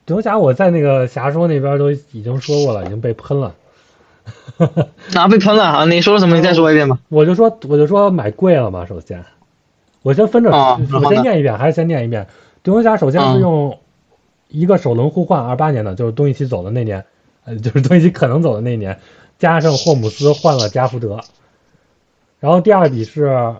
独行侠我在那个侠说那边都已经说过了，已经被喷了。 啊，被喷了啊！你说了什么？你再然后说一遍吧。 我就说买贵了嘛，首先我先分着， 啊，然我后呢？ 先念一遍，还是先念一遍。独行侠首先是嗯， 用一个首轮互换28年的，就是东契奇走的那年，就是东契奇可能走的那年，加上霍姆斯换了加福德，然后第二笔是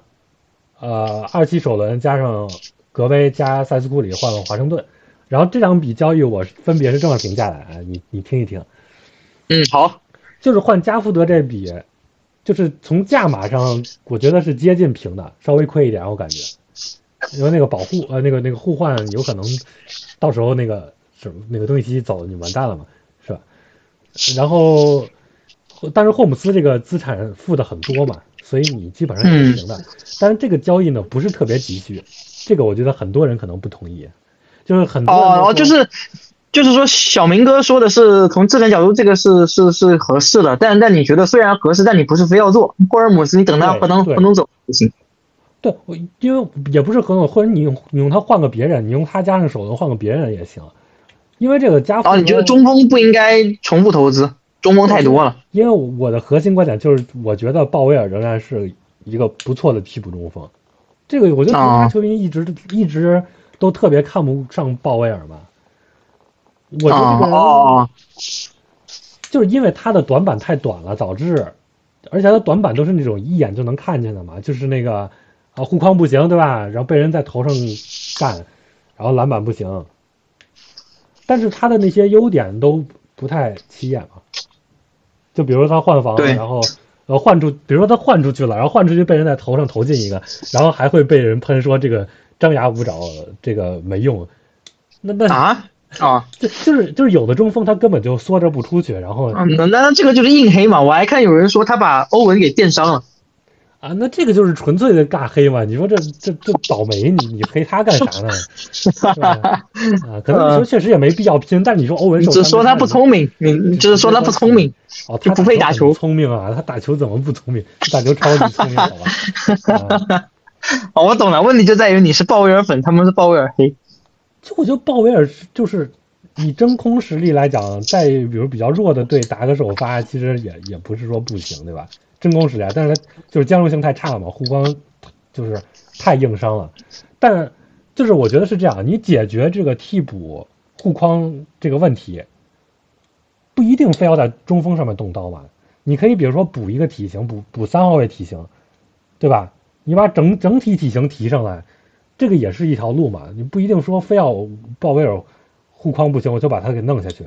27首轮加上格威加塞斯库里换了华盛顿，然后这两笔交易我分别是这么评价的，你听一听， 嗯，好。 就是换加福德这笔，就是从价码上我觉得是接近平的，稍微亏一点我感觉，因为那个保护那个互换有可能到时候那个那个东契奇走你完蛋了嘛，是吧？然后但是霍姆斯这个资产负的很多嘛，所以你基本上也是嗯， 平的。但是这个交易呢不是特别急需，这个我觉得很多人可能不同意，就是很多人都哦，就说， 是就是说，小明哥说的是从资本角度，这个是合适的，但你觉得虽然合适，但你不是非要做。霍尔姆斯，你等他对对合同走就行。 对，因为也不是很有，或者你用它换个别人，你用它加上首轮换个别人也行，因为这个加哦，你觉得福德， 中锋不应该重复投资？中锋对，因为太多了。 因为我的核心观点就是，我觉得鲍威尔仍然是一个不错的替补中锋。这个我觉得独行侠啊球迷一直都特别看不上鲍威尔嘛。我觉得这啊个人哦就是因为他的短板太短了，导致，而且他短板都是那种一眼就能看见的嘛，就是那个护框不行，对吧？然后被人在头上干，然后篮板不行，但是他的那些优点都不太起眼嘛。就比如他换防， 对。 然后比如说他换出去了，然后换出去被人在头上投进一个，然后还会被人喷说这个张牙舞爪，这个没用。那啊啊就是有的中锋他根本就缩着不出去，然后那这个就是硬黑嘛。我还看有人说他把欧文给电伤了。 那这个就是纯粹的尬黑嘛？你说这倒霉，你黑他干啥呢？是吧？可能你说呃， 确实也没必要拼，但你说欧文你受伤没事儿， 只说他不聪明，你直只是说他不直接关聪明， 哦，他就不打球很配打球。 聪明啊，他打球怎么不聪明？他打球超级聪明，好吧？啊， 哦，我懂了，问题就在于你是鲍威尔粉，他们是鲍威尔黑。 就我觉得鲍威尔就是以真空实力来讲，在比如比较弱的队打个首发，其实也不是说不行，对吧？真空实力啊，但是他就是兼容性太差了嘛，护框就是太硬伤了。但就是我觉得是这样，你解决这个替补护框这个问题，不一定非要在中锋上面动刀嘛。你可以比如说补一个体型，补3号位体型，对吧？你把整体体型提上来，这个也是一条路嘛。你不一定说非要鲍威尔护框不行，我就把他给弄下去。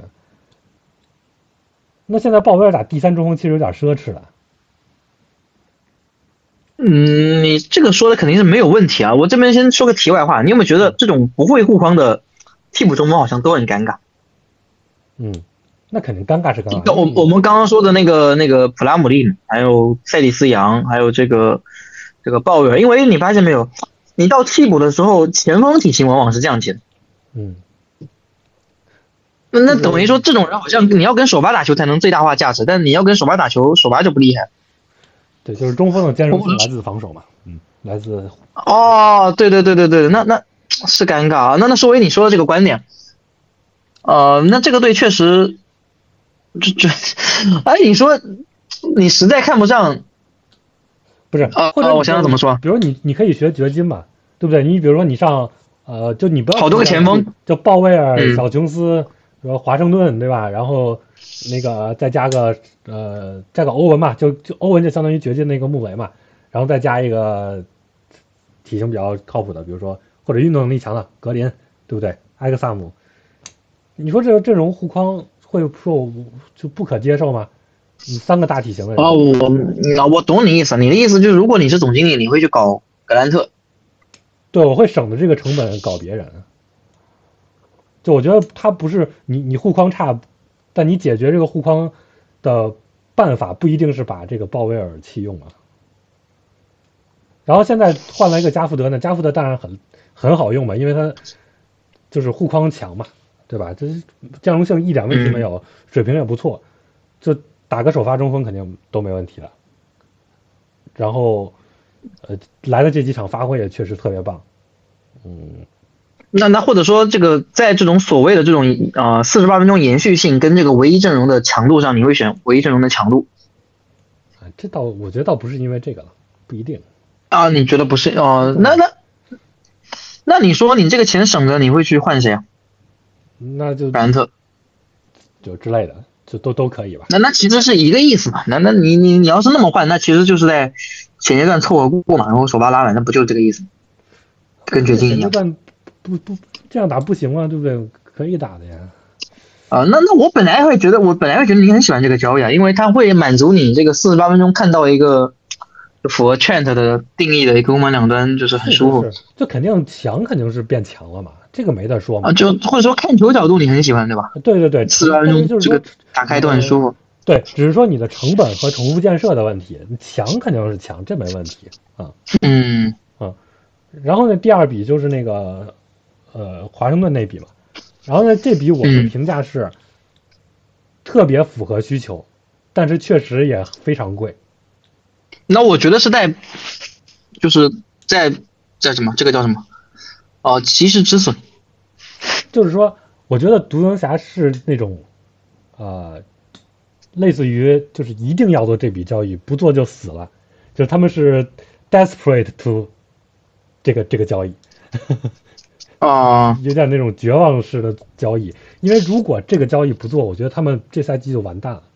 那现在鲍威尔打第三中锋其实有点奢侈了。 嗯，你这个说的肯定是没有问题啊。我这边先说个题外话，你有没有觉得嗯这种不会护框的替补中锋好像都很尴尬？ 嗯，那肯定尴尬是尴尬。 就我们刚刚说的那个普拉姆利，还有塞里斯扬，还有这个鲍威尔，因为你发现没有，你到替补的时候，前锋体型往往是降级的。 嗯， 那等于就是说这种人好像你要跟首发打球才能最大化价值，但你要跟首发打球，首发就不厉害。 对，就是中锋的兼容性来我自防守嘛。来自哦，对对对对对，那是尴尬啊。那说回你说的这个观点，那这个队确实，这，哎，你说你实在看不上， 不是，或者我想想怎么说， 比如你可以学掘金嘛，对不对？你比如说你上就你不要好多出现个前锋。 就鲍威尔、 嗯， 小琼斯、华盛顿，对吧？然后那个再个欧文嘛，就欧文就相当于掘金那个穆雷嘛，然后再加一个体型比较靠谱的，比如说或者运动能力强的格林，对不对？埃克萨姆，你说这阵容护框会说我就不可接受吗？你三个大体型的哦， 人， 我懂你意思，你的意思就是，如果你是总经理，你会去搞格兰特。 对我会省的这个成本搞别人。就我觉得他不是你护框差，但你解决这个护框的办法不一定是把这个鲍威尔弃用啊。然后现在换了一个加福德呢，加福德当然很好用嘛，因为他就是护框强嘛，对吧？这兼容性一点问题没嗯， 有，水平也不错，就打个首发中锋肯定都没问题了。然后来的这几场发挥也确实特别棒，嗯， 那或者说这个在这种所谓的这种48分钟延续性跟这个唯一阵容的强度上，你会选唯一阵容的强度啊，我觉得倒不是因为这个了，不一定。 啊？你觉得不是哦？那你说你这个钱省着，你会去换谁啊？ 那就凯恩特？ 之类的，就都可以吧。 那其实是一个意思嘛？那你要是那么换，那其实就是在前阶段凑合过嘛，然后首发拉满，那不就是这个意思？跟掘金一样。 前阶段不这样打不行吗？对不对？可以打的呀。 那我本来会觉得你很喜欢这个交易啊，因为它会满足你这个48分钟看到一个符合 Trent 的定义的一个攻防两端，就是很舒服。 是，这肯定强，肯定是变强了嘛，这个没得说嘛。 啊，就或者说看球角度你很喜欢，对吧？ 对， 48分钟这个打开都很舒服。 对，只是说你的成本和重复建设的问题，强肯定是强，这没问题啊。然后呢，第二笔就是那个华盛顿那笔嘛。然后呢，这笔我的评价是特别符合需求，但是确实也非常贵。 那我觉得是就是在什么？这个叫什么？及时止损。 就是说，我觉得独行侠是那种类似于就是一定要做这笔交易，不做就死了，就是他们是 desperate to 这个交易。有点那种绝望式的交易，因为如果这个交易不做，我觉得他们这赛季就完蛋了。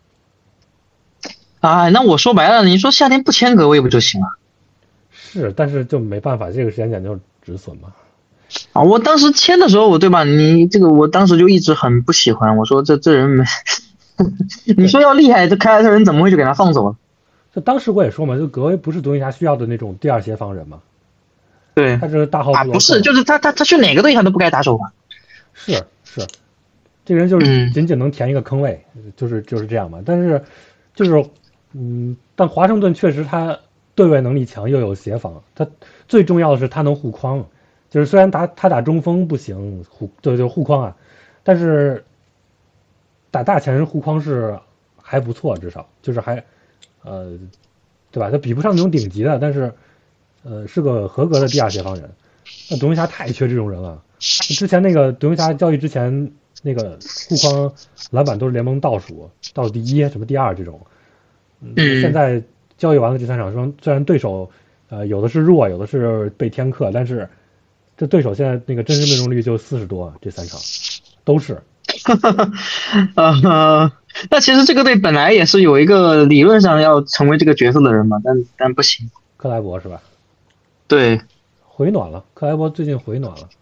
那我说白了，你说夏天不签格威不就行了？ 是，但是就没办法，这个时间点就是止损嘛。 我当时签的时候，对吧？你这个我当时就一直很不喜欢，我说这人没，你说要厉害，这凯尔特人怎么会就给他放走了？ 就当时我也说嘛，就格威不是独行侠需要的那种第二协防人嘛。 对， 他是大号不是，就是他去哪个队他都不该打首发。 是，这个人就是仅仅能填一个坑位，就是这样嘛。但是就是但华盛顿确实他对位能力强，又有协防，他最重要的是他能护框。就是虽然他打中锋不行，就护框啊，但是打大前护框是还不错，至少就是还对吧？他比不上那种顶级的，但是是个合格的第二协防人。那独行侠太缺这种人了。之前那个独行侠交易之前，那个护框篮板都是联盟倒数，倒数第一，什么第二这种。现在交易完了这3场，虽然对手有的是弱，有的是被天克，但是这对手现在那个真实命中率就40多，这3场都是。 那其实这个队本来也是有一个理论上要成为这个角色的人嘛，但不行。 克莱伯是吧？ 对， 回暖了，克莱伯最近回暖了。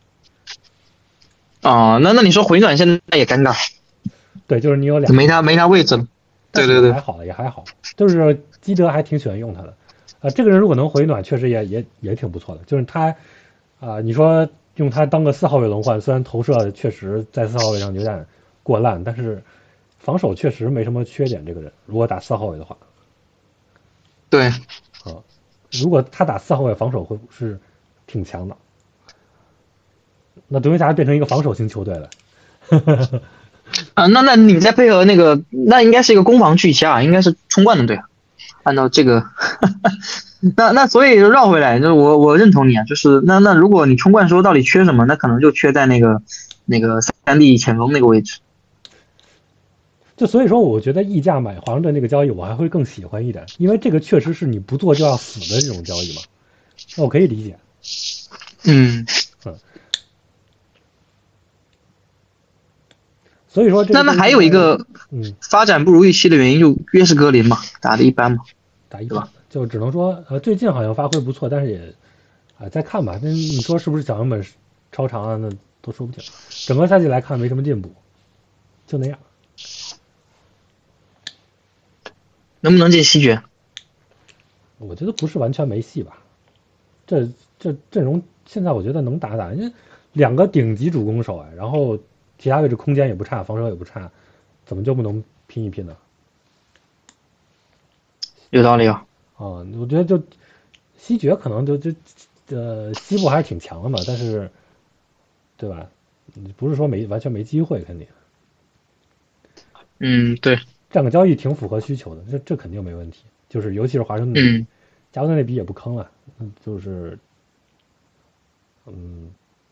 那你说回暖现在也尴尬。 对，就是你有俩， 没他位置了。对， 也还好，就是基德还挺喜欢用他的。这个人如果能回暖，确实也挺不错的。就是他你说用他当个4号位轮换，虽然投射确实在4号位上有点过烂，但是防守确实没什么缺点。这个人如果打4号位的话， 对， 如果他打4号位，防守会是挺强的。那独行侠变成一个防守型球队了。 那你再配合那个，那应该是一个攻防俱佳，应该是冲冠的队。按照这个，那所以绕回来，就是我认同你啊，就是那如果你冲冠说到底缺什么，那可能就缺在那个3D 前锋那个位置。 就所以说，我觉得溢价买华盛顿这个交易，我还会更喜欢一点，因为这个确实是你不做就要死的这种交易嘛，那我可以理解。所以说那还有一个发展不如预期的原因，就约什格林嘛，打的一般嘛， 打一般，就只能说最近好像发挥不错，但是也再看吧。那你说是不是小样本超长啊？那都说不定。整个赛季来看没什么进步，就那样。 能不能进西决？ 我觉得不是完全没戏吧。这阵容现在我觉得能打，因为2个顶级主攻手然后其他位置空间也不差，防守也不差，怎么就不能拼一拼呢？ 有道理啊。 我觉得就西决可能西部还是挺强的嘛，但是对吧？不是说完全没机会，肯定。 对。 这样的交易挺符合需求的，这肯定没问题。就是尤其是华盛顿，加文顿那笔也不坑了，就是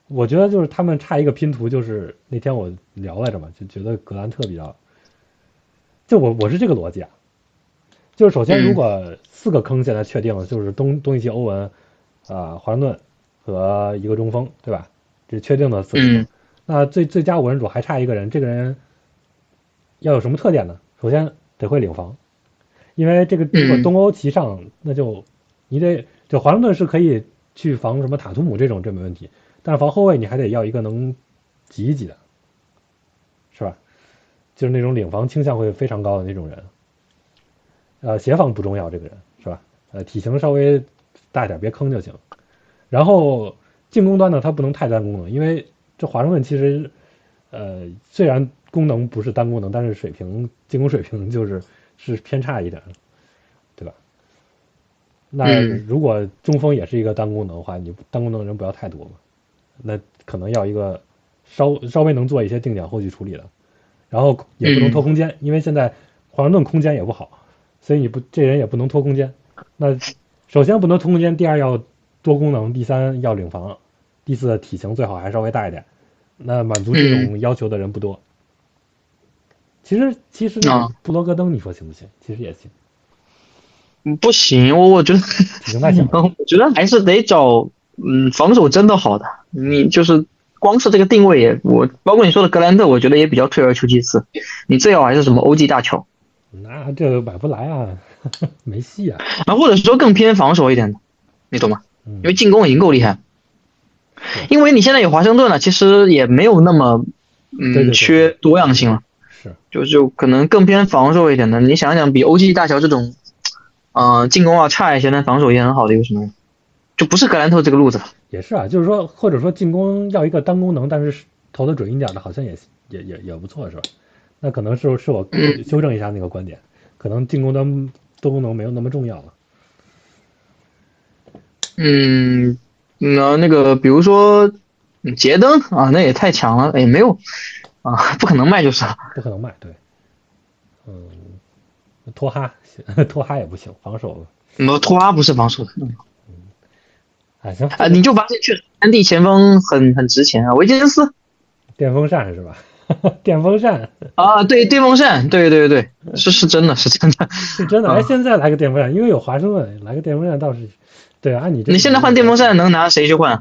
我觉得就是他们差一个拼图，就是那天我聊来着嘛，就觉得格兰特比较，就我是这个逻辑啊，就是首先如果4个坑现在确定了，就是东契奇、欧文、华盛顿和一个中锋，对吧？这是确定的4个坑。那最佳5人组还差一个人，这个人要有什么特点呢？首先得会领防，因为这个如果东欧齐上，那就你得就华盛顿是可以去防什么塔图姆这没问题，但是防后卫你还得要一个能挤一挤的，是吧？就是那种领防倾向会非常高的那种人。协防不重要，这个人是吧？体型稍微大点，别坑就行。然后进攻端呢，它不能太单功能，因为这华盛顿其实虽然功能不是单功能，但是进攻水平是偏差一点，对吧？那如果中锋也是一个单功能的话，你单功能人不要太多嘛，那可能要一个稍微能做一些定点后续处理的，然后也不能拖空间，因为现在华盛顿空间也不好，所以这人也不能拖空间。那首先不能拖空间，第二要多功能，第三要领防，第四体型最好还稍微大一点。那满足这种要求的人不多。其实布罗格登你说行不行？其实也行。 不行，我觉得体型太小了。 我觉得还是得找防守真的好的。你就是光是这个定位包括你说的格兰特，我觉得也比较退而求其次。你最好还是什么欧记大乔。 那这个买不来啊，没戏啊。 或者说更偏防守一点的，你懂吗？因为进攻已经够厉害。因为你现在有华盛顿了，其实也没有那么缺多样性了。 是。 就可能更偏防守一点的。你想想，比欧记大乔这种。进攻要差一些，但防守也很好的有什么？就不是格兰特这个路子。 也是啊，就是说，或者说进攻要一个单功能，但是投的准一点的，好像也不错，是吧？那可能是我修正一下那个观点，可能进攻端多功能没有那么重要了。 那个比如说杰登啊，那也太强了，也没有啊，不可能卖就是了。 不可能卖，对。托哈也不行，防守。 托哈不是防守的。 行你就发现确实3D 前锋很值钱啊，维金斯。 电风扇是吧？电风扇啊，对，电风扇，对，是真的，是真的， 是真的。哎，现在来个电风扇，因为有华盛顿，来个电风扇倒是，对啊，你现在换电风扇能拿谁去换？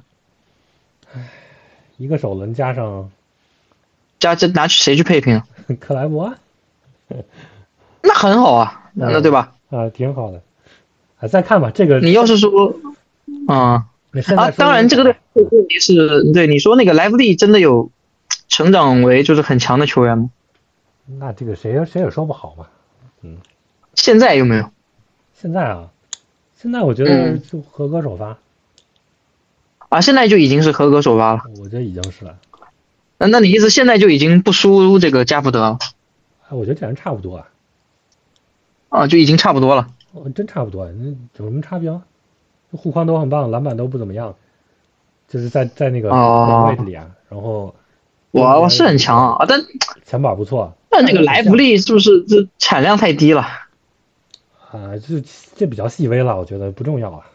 一个首轮加拿谁去配平？ 克莱伯。 那很好啊，那对吧？ 挺好的。再看吧，这个你要是说，当然这个问题是对你说那个莱弗利真的有成长为就是很强的球员吗？ 那这个谁也说不好嘛。 现在有没有？ 现在我觉得就合格首发。 现在就已经是合格首发了。 我觉得已经是了。 那你意思现在就已经不输这个加福德了？ 我觉得这人差不多就已经差不多了。 真差不多，那有什么差别吗？护框都很棒，篮板都不怎么样，就是在那个位置里啊。然后我是很强啊，但前板不错。 但这个莱弗利是不是这产量太低了？ 这比较细微了，我觉得不重要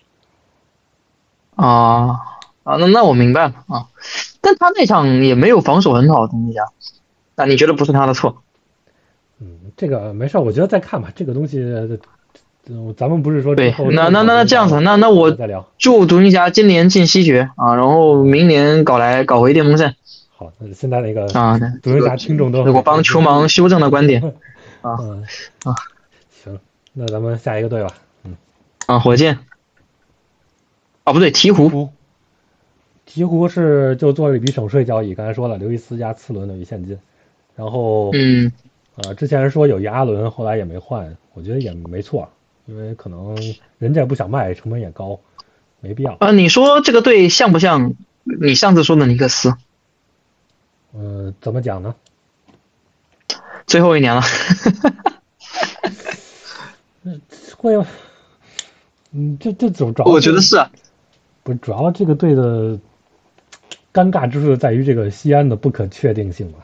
那我明白了啊。但他那场也没有防守很好的那家，那你觉得不是他的错？ 这个没事，我觉得再看吧。这个东西，咱们不是说对，那这样子，那我再聊。 祝独行侠今年进西决啊，然后明年搞回电风扇。 好，那现在那个独行侠听众都我帮球盲修正了观点行，那咱们下一个队吧。 火箭。不对，鹈鹕。 鹈鹕是就做了一笔省税交易，刚才说了，刘易斯加次轮等于现金，然后之前说有阿伦，后来也没换，我觉得也没错，因为可能人家也不想卖，成本也高，没必要。 你说这个队像不像你上次说的尼克斯？ 怎么讲呢？ 最后一年了。 会吗？这主要我觉得是不是主要这个队的尴尬之处在于这个西安的不可确定性嘛。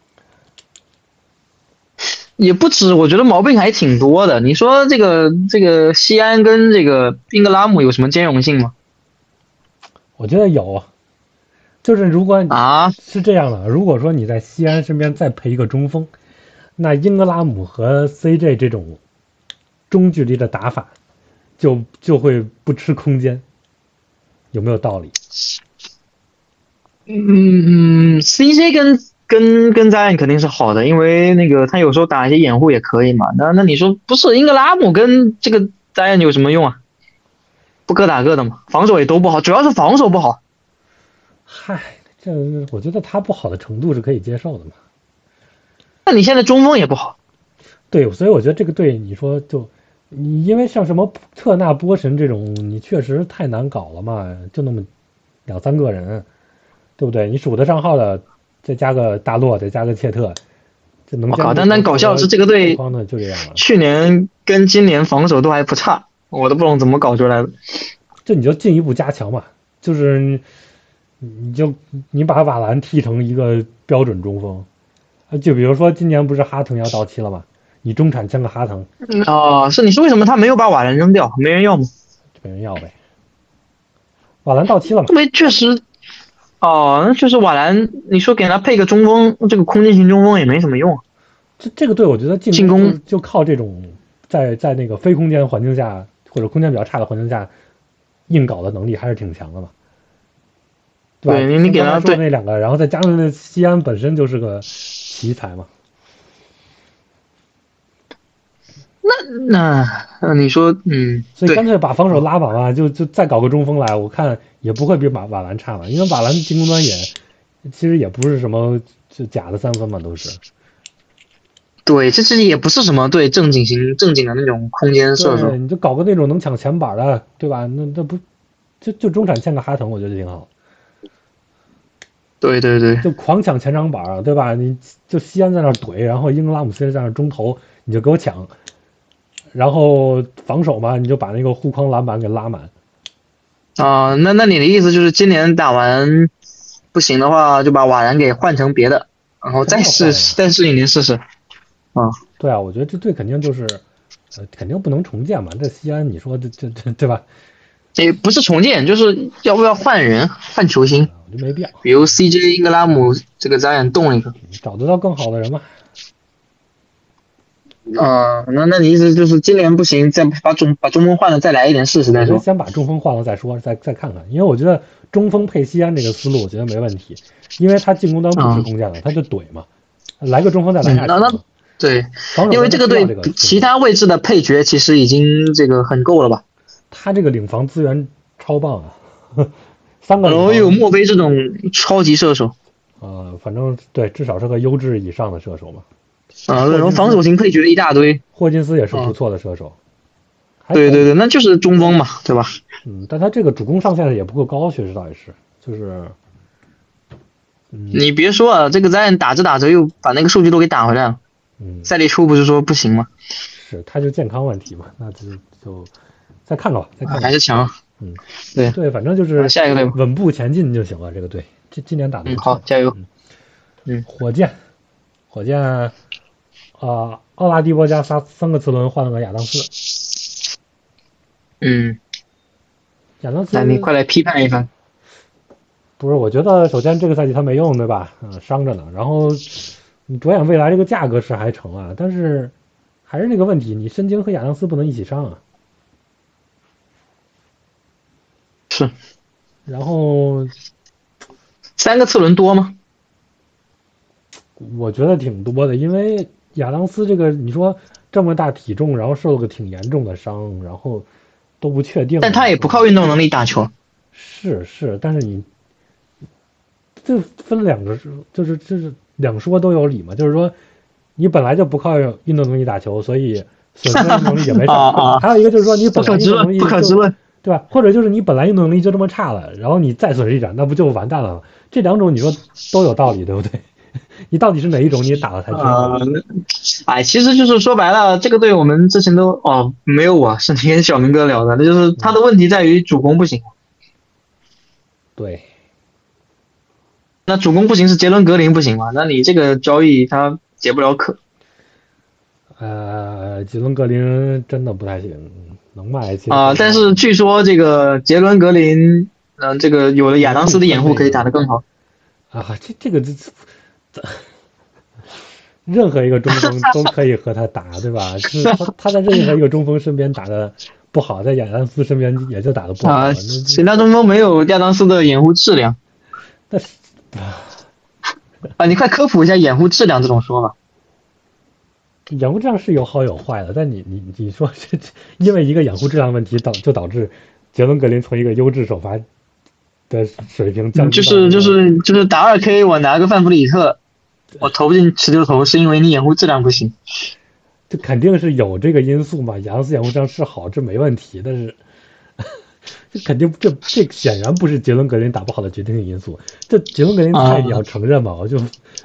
也不止，我觉得毛病还挺多的。你说这个西安跟这个英格拉姆有什么兼容性吗？ 我觉得有， 就是如果啊， 是这样的，如果说你在西安身边再配一个中锋，那英格拉姆和 CJ 这种中距离的打法就会不吃空间，有没有道理？ CJ 跟 Zion 肯定是好的，因为那个他有时候打一些掩护也可以嘛。那你说不是英格拉姆跟这个 Zion 有什么用啊？不各打各的嘛，防守也都不好，主要是防守不好。 嗨，这我觉得他不好的程度是可以接受的嘛。 那你现在中锋也不好。 对，所以我觉得这个队，你说就你因为像什么特纳波神这种，你确实太难搞了嘛，就那么两三个人，对不对？你数得上号的，再加个大洛，再加个切特，这能我靠！但搞笑的是，这个队的就这样了。 去年跟今年防守都还不差，我都不懂怎么搞出来的。 这你就进一步加强嘛，就是你把瓦兰踢成一个标准中锋，就比如说今年不是哈腾要到期了吗？你中产签个哈腾， 是你说为什么他没有把瓦兰扔掉？没人要吗？ 没人要呗。瓦兰到期了嘛？ 因为确实，那就是瓦兰，你说给他配个中锋，这个空间型中锋也没什么用。 这个队我觉得进攻就靠这种在那个非空间环境下或者空间比较差的环境下硬搞的能力还是挺强的嘛。 对，你给他对那两个，然后再加上那西安本身就是个奇才嘛。 那你说， 所以干脆把防守拉满嘛，就再搞个中锋来，我看也不会比瓦兰差嘛，因为瓦兰进攻端其实也不是什么就假的三分嘛，都是。 对，这其实也不是什么正经的那种空间射手， 你就搞个那种能抢前板的，对吧？那不就中产签个哈腾，我觉得挺好。 对， 就狂抢前场板，对吧？你就西安在那怼，然后英格拉姆斯在那中投，你就给我抢。然后防守嘛，你就把那个护框篮板给拉满。 那你的意思就是今年打完不行的话，就把瓦兰给换成别的，然后再试一年试试。 对啊，我觉得这队肯定就是，肯定不能重建嘛。这西安，你说这对吧？ 也不是重建，就是要不要换人、换球星？ 我觉得没必要。 比如 CJ 英格拉姆这个Zion动一个， 找得到更好的人嘛。 那你意思就是今年不行，再把中锋换了，再来一点试试再说。 先把中锋换了再说，再看看。因为我觉得中锋配西安这个思路，我觉得没问题，因为他进攻端不吃空间了，他就怼嘛，来个中锋再来下。 对，因为这个队其他位置的配角其实已经这个很够了吧？ 他这个领防资源超棒啊，3个。 有莫非这种超级射手？ 反正对，至少是个优质以上的射手嘛。 然后防守型配角一大堆。 霍金斯也是不错的射手。 对，那就是中锋嘛，对吧？ 但他这个主攻上限也不够高，确实倒也是，就是。 你别说啊，这个Zion打着又把那个数据都给打回来了。赛季初不是说不行吗？ 是，他就健康问题嘛，那就再看看吧，再看看。 还是强。 对，反正就是下一个队稳步前进就行了。这个队今年打的好，加油。 火箭，奥拉迪波加3个次轮换了个亚当斯。亚当斯， 那你快来批判一番。 不是，我觉得首先这个赛季他没用，对吧？伤着呢。然后你着眼未来这个价格是还成啊，但是还是那个问题，你申京和亚当斯不能一起上啊。 是。 然后 3个次轮多吗？ 我觉得挺多的，因为亚当斯这个你说这么大体重，然后受了个挺严重的伤，然后都不确定。 但他也不靠运动能力打球。 是，但是你这分两个，就是两说都有理嘛。就是说你本来就不靠运动能力打球，所以损失运动能力也没上。还有一个就是说你本来运动能力不可知论， 对吧？或者就是你本来运动能力就这么差了，然后你再损失一场，那不就完蛋了吗？这两种你说都有道理，对不对？你到底是哪一种？你打了才知道。 其实就是说白了，这个队我们之前都没有我是跟小明哥聊的，那就是他的问题在于主攻不行。 对。 那主攻不行是杰伦格林不行吗？那你这个交易他解不了渴。 杰伦格林真的不太行，能卖但是据说这个杰伦格林，这个有了亚当斯的掩护可以打得更好。 啊，这个任何一个中锋都可以和他打，对吧？就是他在任何一个中锋身边打的不好，在亚当斯身边也就打的不好。 啊，其他中锋没有亚当斯的掩护质量。 但是啊，你快科普一下掩护质量这种说法。 掩护质量是有好有坏的，但你说因为一个掩护质量问题导致杰伦格林从一个优质首发的水平降低到就是打2K，我拿个范弗里特，我投不进持球投，是因为你掩护质量不行。 这肯定是有这个因素嘛，亚当斯掩护质量是好，这没问题，但是这肯定这显然不是杰伦格林打不好的决定性因素。这杰伦格林菜你要承认嘛，我就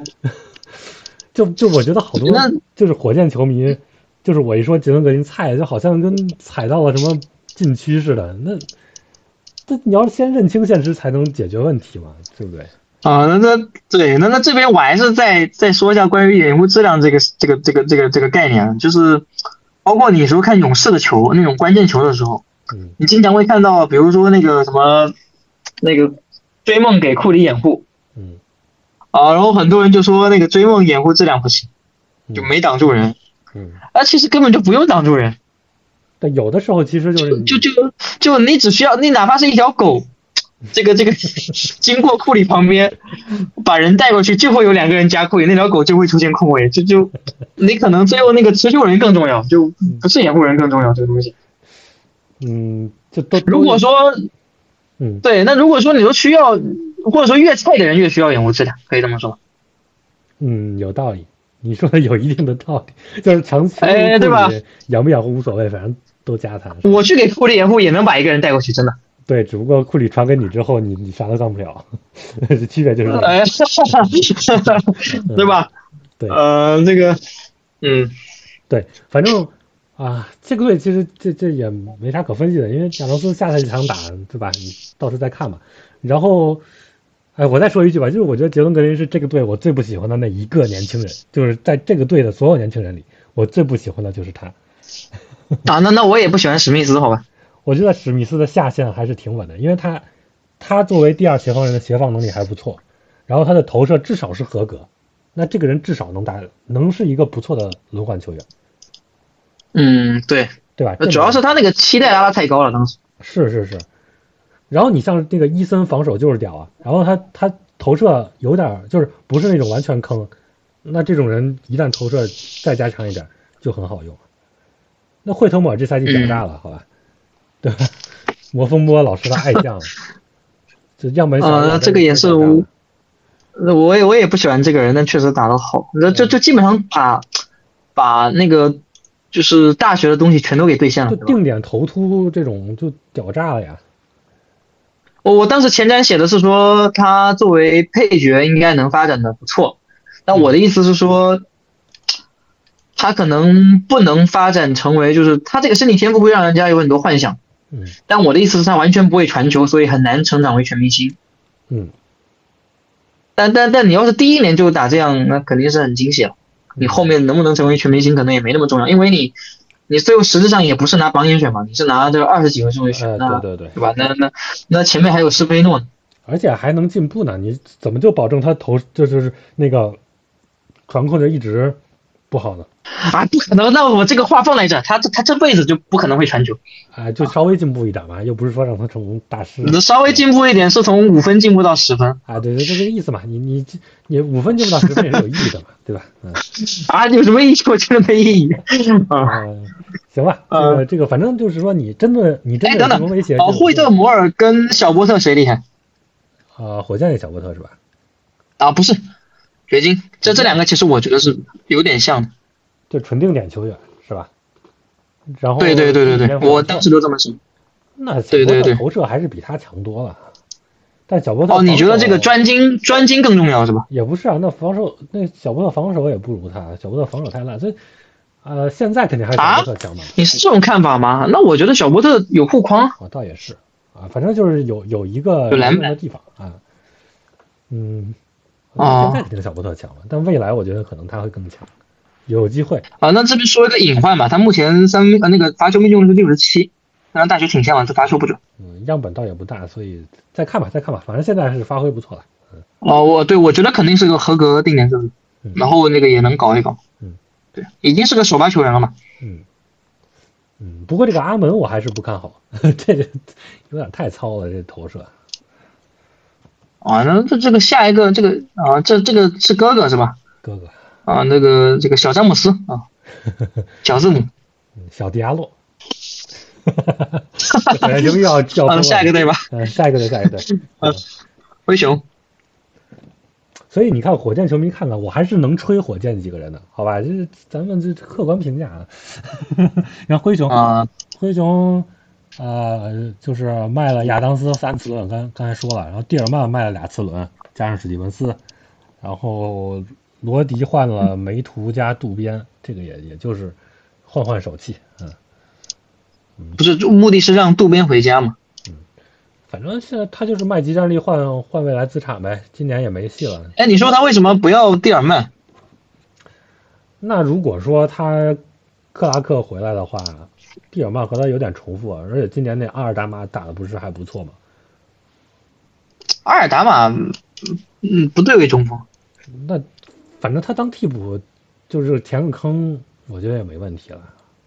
我觉得好多就是火箭球迷，就是我一说杰伦格林菜，就好像跟踩到了什么禁区似的。那你要先认清现实才能解决问题嘛，对不对？ 啊，对，那这边我还是再说一下关于掩护质量这个概念，就是包括你说看勇士的球那种关键球的时候，你经常会看到，比如说那个什么那个追梦给库里掩护，然后很多人就说那个追梦掩护质量不行，就没挡住人，其实根本就不用挡住人。 但有的时候其实就你只需要你哪怕是一条狗，这个经过库里旁边，把人带过去，就会有2个人加库里，那条狗就会出现空位，就你可能最后那个持球人更重要，就不是掩护人更重要这个东西。 就都如果说，对，那如果说你说需要，或者说越菜的人越需要掩护质量，可以这么说。 有道理，你说的有一定的道理，就是长期对吧？ 掩不掩护无所谓，反正都加他。 我去给库里掩护也能把一个人带过去，真的。 对，只不过库里传给你之后，你啥都干不了，区别就是这个，对吧？ 对， 这个， 对，反正这个队其实这也没啥可分析的，因为亚当斯下赛季场打，对吧？你到时再看吧。然后，我再说一句吧，就是我觉得杰伦格林是这个队我最不喜欢的那一个年轻人，就是在这个队的所有年轻人里，我最不喜欢的就是他。 那我也不喜欢史密斯，好吧？ 我觉得史密斯的下限还是挺稳的，因为他作为第2协防人的协防能力还不错，然后他的投射至少是合格，那这个人至少能是一个不错的轮换球员。对吧？ 主要是他那个期待拉得太高了，当时。 是。然后你像那个伊森防守就是屌啊，然后他投射有点就是不是那种完全坑，那这种人一旦投射再加强一点就很好用。那惠特莫尔这赛季屌炸了，好吧？对吧？魔风波老师的爱将，这样本小这个也是我也不喜欢这个人，但确实打得好。就基本上把那个就是大学的东西全都给兑现了， 就定点投突这种就屌炸了呀。 我当时前瞻写的是说他作为配角应该能发展的不错，但我的意思是说他可能不能发展成为，就是他这个身体天赋会让人家有很多幻想，但我的意思是他完全不会传球，所以很难成长为全明星。但你要是第1年就打这样，那肯定是很惊喜了。你后面能不能成为全明星可能也没那么重要，因为你最后实质上也不是拿榜眼选嘛，你是拿这20几个顺位选， 对吧？那前面还有施菲诺呢， 而且还能进步呢。你怎么就保证他就是那个传控就一直不好呢？ 不可能。那我这个话放在这，他这辈子就不可能会传球。 就稍微进步一点嘛，又不是说让他成为大师。 稍微进步一点是从5分进步到10分。 对，就这个意思嘛。你5分进步到10分也是有意义的嘛，对吧？ 有什么意义？我觉得没意义。 行吧，这个反正就是说你真的有什么威胁？ 惠特摩尔跟小波特谁厉害？ 火箭那小波特是吧？ 不是，掘金。这2个其实我觉得是有点像的， 就纯定点球员是吧？然后对，我当时都这么想。 那小波特投射还是比他强多了，但小波特你觉得这个专精更重要是吧？ 也不是啊，那小波特防守也不如他，小波特防守太烂，所以现在肯定还是小波特强嘛。 你是这种看法吗？那我觉得小波特有护框。 倒也是反正就是有一个有篮板的地方现在肯定小波特强了，但未来我觉得可能他会更强。有机会那这边说一个隐患吧，他目前那个罚球命中率是67，跟大学挺像的，是罚球不准。 样本倒也不大，所以再看吧，反正现在是发挥不错了。 哦，我觉得肯定是个合格定点射手，然后那个也能搞一搞。 嗯对，已经是个首发球员了嘛。 嗯不过这个阿门我还是不看好，这个有点太糙了，这投射。 啊，那这个下一个这个是哥哥是吧？ 哥哥， 啊，那个这个小詹姆斯啊，小字母。 小迪亚洛，火箭球迷要疯了。 下一个队吧。 下一个队。 灰熊。 所以你看，火箭球迷看了，我还是能吹火箭几个人的，好吧？这咱们这客观评价啊。然后灰熊啊， 就是卖了亚当斯3次轮，刚才说了，然后蒂尔曼卖了2次轮，加上史蒂文斯，然后罗迪换了梅图加渡边，这个也就是换手气， 不是目的是让渡边回家嘛？ 反正现在他就是卖集战力换未来资产呗，今年也没戏了。 哎，你说他为什么不要蒂尔曼？ 那如果说他克拉克回来的话，蒂尔曼和他有点重复，而且今年那阿尔达玛打的不是还不错吗？ 阿尔达玛，不对位中锋。 那反正他当替补就是填个坑，我觉得也没问题了。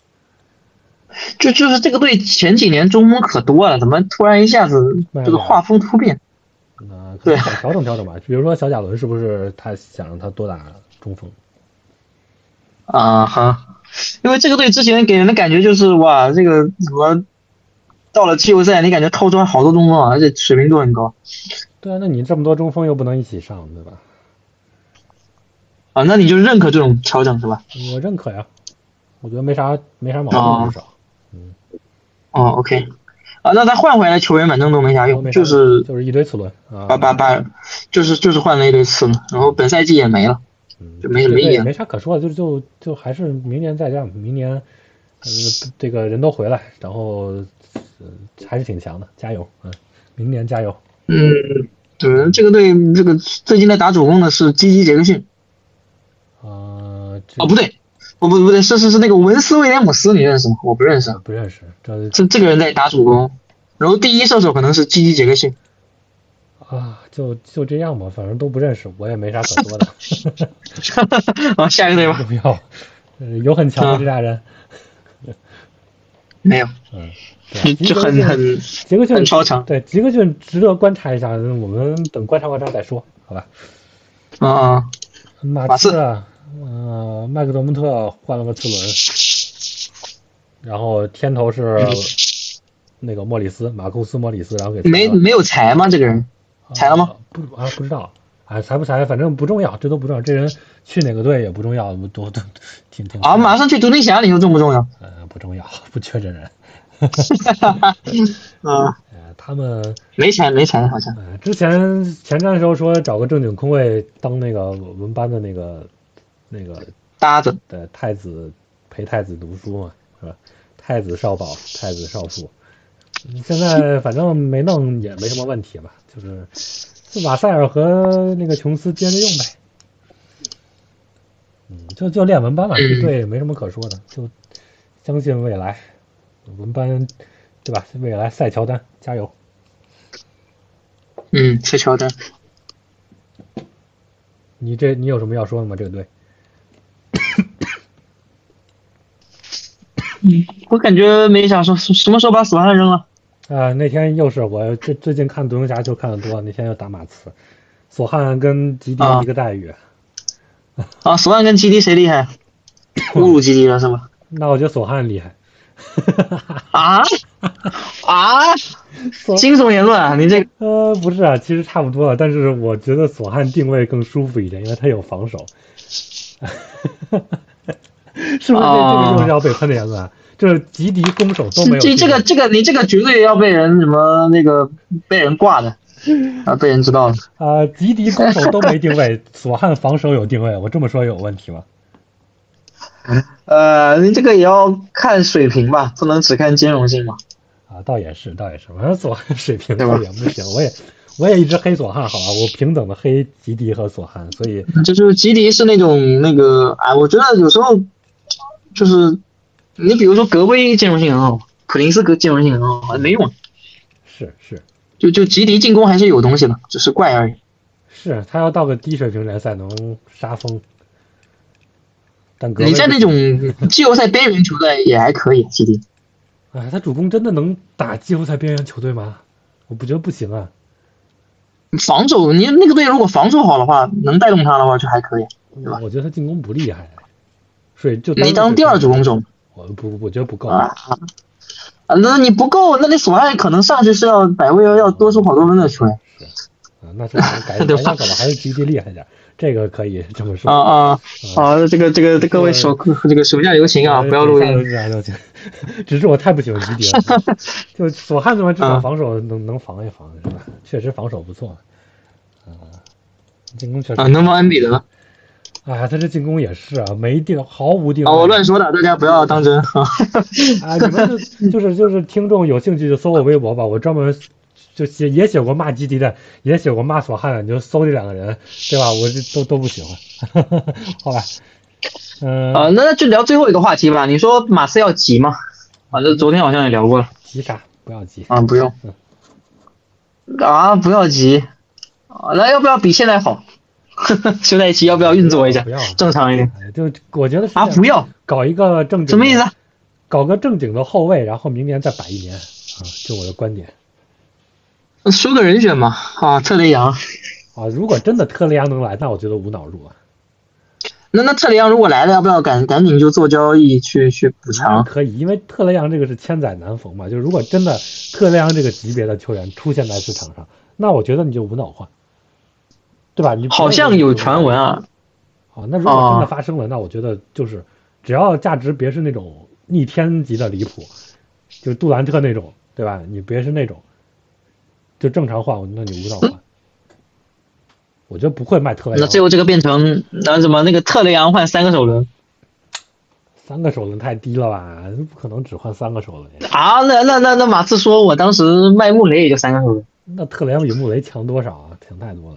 就是这个队前几年中锋可多了，怎么突然一下子这个画风突变？ 对，调整吧。比如说小贾伦是不是他想让他多打中锋？ 啊哈，因为这个队之前给人的感觉就是哇，这个怎么到了季后赛，你感觉掏出来好多中锋，而且水平都很高。 对啊，那你这么多中锋又不能一起上，对吧？ 啊，那你就认可这种调整是吧？ 我认可呀，我觉得没啥毛病，至少。 OK。啊，那他换回来球员反正都没啥用，就是一堆次轮啊， 就是换了一堆次轮，然后本赛季也没了，就没什么意义了， 没啥可说的，就还是明年再战，明年这个人都回来，然后还是挺强的，加油，明年加油。 对，这个队这个最近在打主攻的是基基杰克逊，不对，不对，是那个文斯威廉姆斯，你认识吗？我不认识， 不认识， 这个人在打主攻，然后第一射手可能是基基杰克逊。 啊，就这样吧，反正都不认识，我也没啥可说的。 好，下一个队吧。 不要，有很强的这俩人。 没有，就很杰克逊很超强。 对，杰克逊值得观察一下，我们等观察再说，好吧？马刺麦克德蒙特换了个次轮，然后天头是那个马库斯莫里斯，然后给没有裁吗？这个人裁了吗？ 不知道，裁不裁，反正不重要，这都不重要。这人去哪个队也不重要，都挺马上去独行侠，你说重不重要？ 不重要，不缺这人。他们没裁好像。 之前前战的时候说找个正经空位当那个文班的那个搭子， 对，陪太子读书嘛，是吧？太子少保，太子少妇。现在反正没弄也没什么问题吧，就是瓦塞尔和那个琼斯接着用呗。就练文班了，这队没什么可说的，就相信未来，文班，对吧？未来赛乔丹，加油！ 赛乔丹。 你有什么要说的吗？这个队？ 我感觉没啥说，什么时候把索汉扔了？ 那天又是我最近看独行侠就看得多，那天又打马刺，索汉跟吉迪一个待遇。 索汉跟吉迪谁厉害？侮辱吉迪了是吧？ 那我觉得索汉厉害。 惊悚言论啊！你这个不是啊，其实差不多了，但是我觉得索汉定位更舒服一点，因为他有防守。是不是这个又是要被喷的言论啊？就是吉迪攻守都没有。 你这个绝对要被人什么那个被人挂的被人知道了。 吉迪攻守都没定位，索汉防守有定位，我这么说有问题吗？ 你这个也要看水平吧，不能只看兼容性嘛。 倒也是，反正索汉水平也不行，我也一直黑索汉，好吧，我平等的黑吉迪和索汉，所以就是吉迪是那种我觉得有时候就是你比如说格威兼容性很好，普林斯兼容性很好，没用。 是， 就吉迪进攻还是有东西的，只是怪而已。 是他要到个低水平联赛能杀疯，但格你在那威不行种季后赛边缘球队也还可以，GD。 哎，他主攻真的能打季后赛边缘球队吗？我不觉得不行啊。 防守，你那个队如果防守好的话，能带动他的话就还可以，对吧？ 我觉得他进攻不厉害，所以就你当第二主攻手我觉得不够啊。那你不够，那你索爱可能上去是要百位要多出好多分的球员。 是那是改对吧下手了，还是吉吉厉害点，这个可以这么说。 这个各位这个手下留情啊，不要录音。 只是我太不喜欢吉迪了，就索汉的话至少防守能防一防是吧？确实防守不错，进攻确实能防恩比德。 他这进攻也是啊，毫无定位。 我乱说的，大家不要当真你们就是听众有兴趣就搜我微博吧，我专门就也写过骂基迪的，也写过骂索汉的，你就搜这两个人，对吧？我这都不喜欢，好吧？ 那就聊最后一个话题吧。你说马刺要急吗？反正昨天好像也聊过了。 急啥？不要急不用。不要急。那要不要比现在好？休赛期要不要运作一下？ 不要正常一点。 就我觉得不要搞一个正经， 什么意思？ 搞个正经的后卫，然后明年再摆一年就我的观点。 说个人选嘛特雷杨如果真的特雷杨能来，那我觉得无脑入啊。 那特雷杨如果来了，要不要赶紧就做交易去补强？ 可以，因为特雷杨这个是千载难逢嘛，就是如果真的特雷杨这个级别的球员出现在市场上，那我觉得你就无脑换，对吧？你好像有传闻啊。 那如果真的发生了，那我觉得就是只要价值别是那种逆天级的离谱，就杜兰特那种，对吧？你别是那种，就正常换，那你无脑换。我觉得不会卖特雷杨。 那最后这个变成那个特雷杨换3个首轮 ？3个首轮太低了吧？不可能只换3个首轮那马刺说我当时卖穆雷也就3个首轮。 那特雷杨比穆雷强多少啊？强太多了。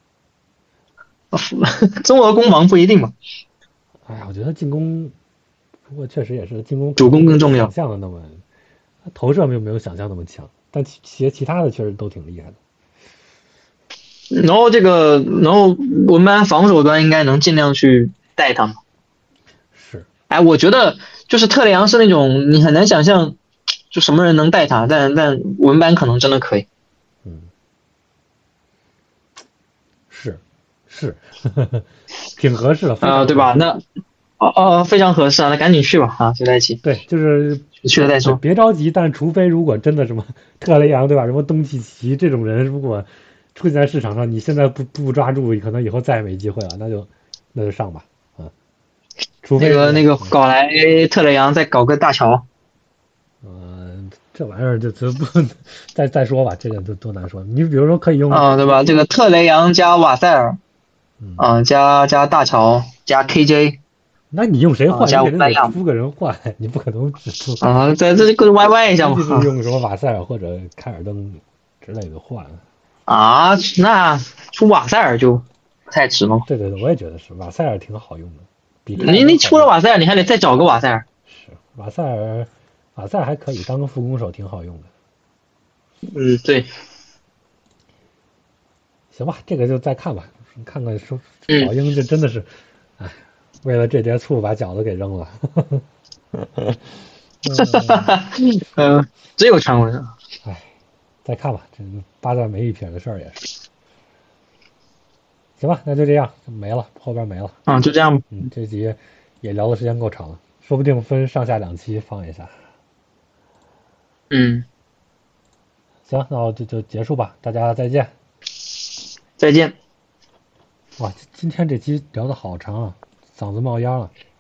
中俄攻防不一定嘛。 我觉得进攻，不过确实也是进攻主攻更重要。 想象的那么，投射没有想象那么强，但其他的确实都挺厉害的。 然后我们班防守端应该能尽量去带他们。 是。 我觉得就是特雷杨是那种你很难想象，就什么人能带他，但文班可能真的可以。 是，挺合适的对吧？那非常合适啊，那赶紧去吧就在一起。 对，就是去了再说， 别着急。但除非如果真的什么特雷杨对吧，什么东契奇这种人，如果出现在市场上，你现在不抓住，可能以后再也没机会了，那就上吧除非那个搞来特雷杨再搞个大乔。 这玩意儿就不再说吧，这个多难说。你比如说可以用对吧？这个特雷杨加瓦塞尔，加大乔加 KJ， 那你用谁换？ 加你得出个人换，你不可能只出在这个 YY 一下嘛。 就是用什么瓦塞尔或者凯尔登之类的换那出瓦塞尔就不太值了。 对，我也觉得是瓦塞尔挺好用的。 你出了瓦塞尔，你还得再找个瓦塞尔。 是瓦塞尔还可以当个副攻手，挺好用的。 对。 行吧，这个就再看吧，看看说老鹰这真的是，为了这碟醋把饺子给扔了。 真有传闻啊。 再看吧，这巴赞梅一撇的事儿也是。行吧，那就这样，没了，后边没了。 就这样。 这集也聊的时间够长了，说不定分上下2期放一下。行，那我就结束吧，大家再见。 再见。 哇，今天这期聊的好长啊，嗓子冒烟了。